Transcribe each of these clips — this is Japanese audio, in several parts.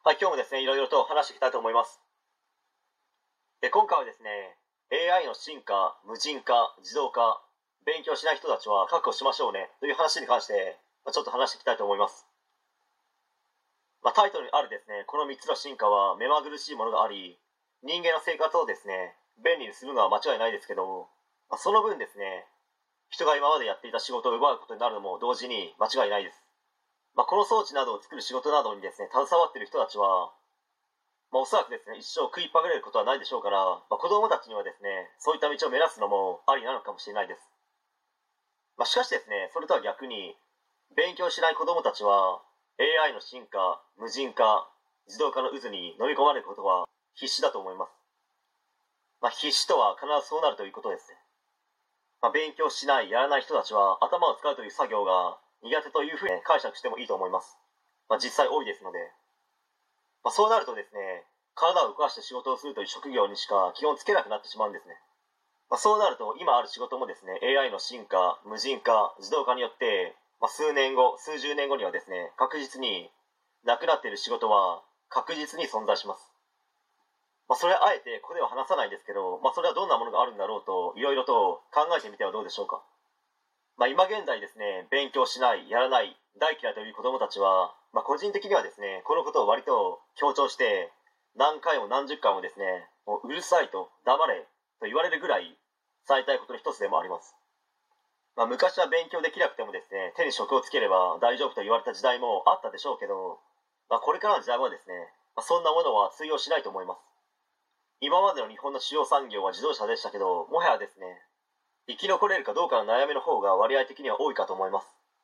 はい、今日もですね、いろいろと話していきたいと思います。今回はですね、AI の進化、無人化、自動化、勉強しない人たちは確保しましょうねという話に関して、ちょっと話していきたいと思います。タイトルにあるですね、この3つの進化は目まぐるしいものがあり、人間の生活をですね、便利にするのは間違いないですけど、その分ですね、人が今までやっていた仕事を奪うことになるのも同時に間違いないです。この装置などを作る仕事などにですね、携わっている人たちは、おそらくですね、一生食いっぱぐれることはないでしょうから、子供たちにはですね、そういった道を目指すのもありなのかもしれないです。しかしですね、それとは逆に、勉強しない子供たちは、AI の進化、無人化、自動化の渦に飲み込まれることは必死だと思います。必死とは必ずそうなるということですね。勉強しない、やらない人たちは、頭を使うという作業が苦手というふうに解釈してもいいと思います。実際多いですので。そうなるとですね、体を動かして仕事をするという職業にしか基本つけなくなってしまうんですね。そうなると今ある仕事もですね、 AI の進化、無人化、自動化によって、数年後、数十年後にはですね、確実になくなっている仕事は確実に存在します。それはあえてここでは話さないですけど、それはどんなものがあるんだろうといろいろと考えてみてはどうでしょうか。今現在ですね、勉強しない、やらない、大嫌いという子供たちは、個人的にはですね、このことを割と強調して何回も何十回もですね、もううるさいと黙れと言われるぐらい伝えたいことの一つでもあります。昔は勉強できなくてもですね、手に職をつければ大丈夫と言われた時代もあったでしょうけど、これからの時代はですね、そんなものは通用しないと思います。今までの日本の主要産業は自動車でしたけど、もはやですね、生き残れるかどうかの悩みの方が割合的には多いかと思います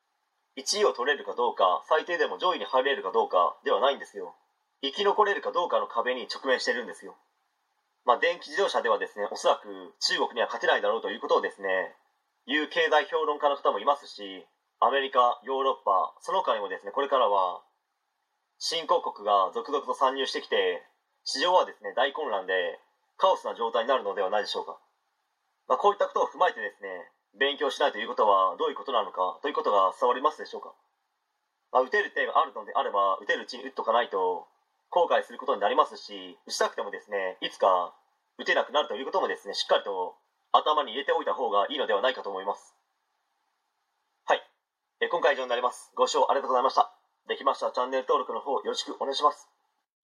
。1位を取れるかどうか、最低でも上位に入れるかどうかではないんですよ。生き残れるかどうかの壁に直面しているんですよ。電気自動車ではですね、おそらく中国には勝てないだろうということをですね、いう経済評論家の方もいますし、アメリカ、ヨーロッパ、その他にもですね、これからは新興国が続々と参入してきて、市場はですね、大混乱でカオスな状態になるのではないでしょうか。こういったことを踏まえてですね、勉強しないということはどういうことなのかということが伝わりますでしょうか。打てる手があるのであれば、打てるうちに打っとかないと後悔することになりますし、打ちたくてもですね、いつか打てなくなるということもですね、しっかりと頭に入れておいた方がいいのではないかと思います。はい、今回以上になります。ご視聴ありがとうございました。できましたらチャンネル登録の方よろしくお願いします。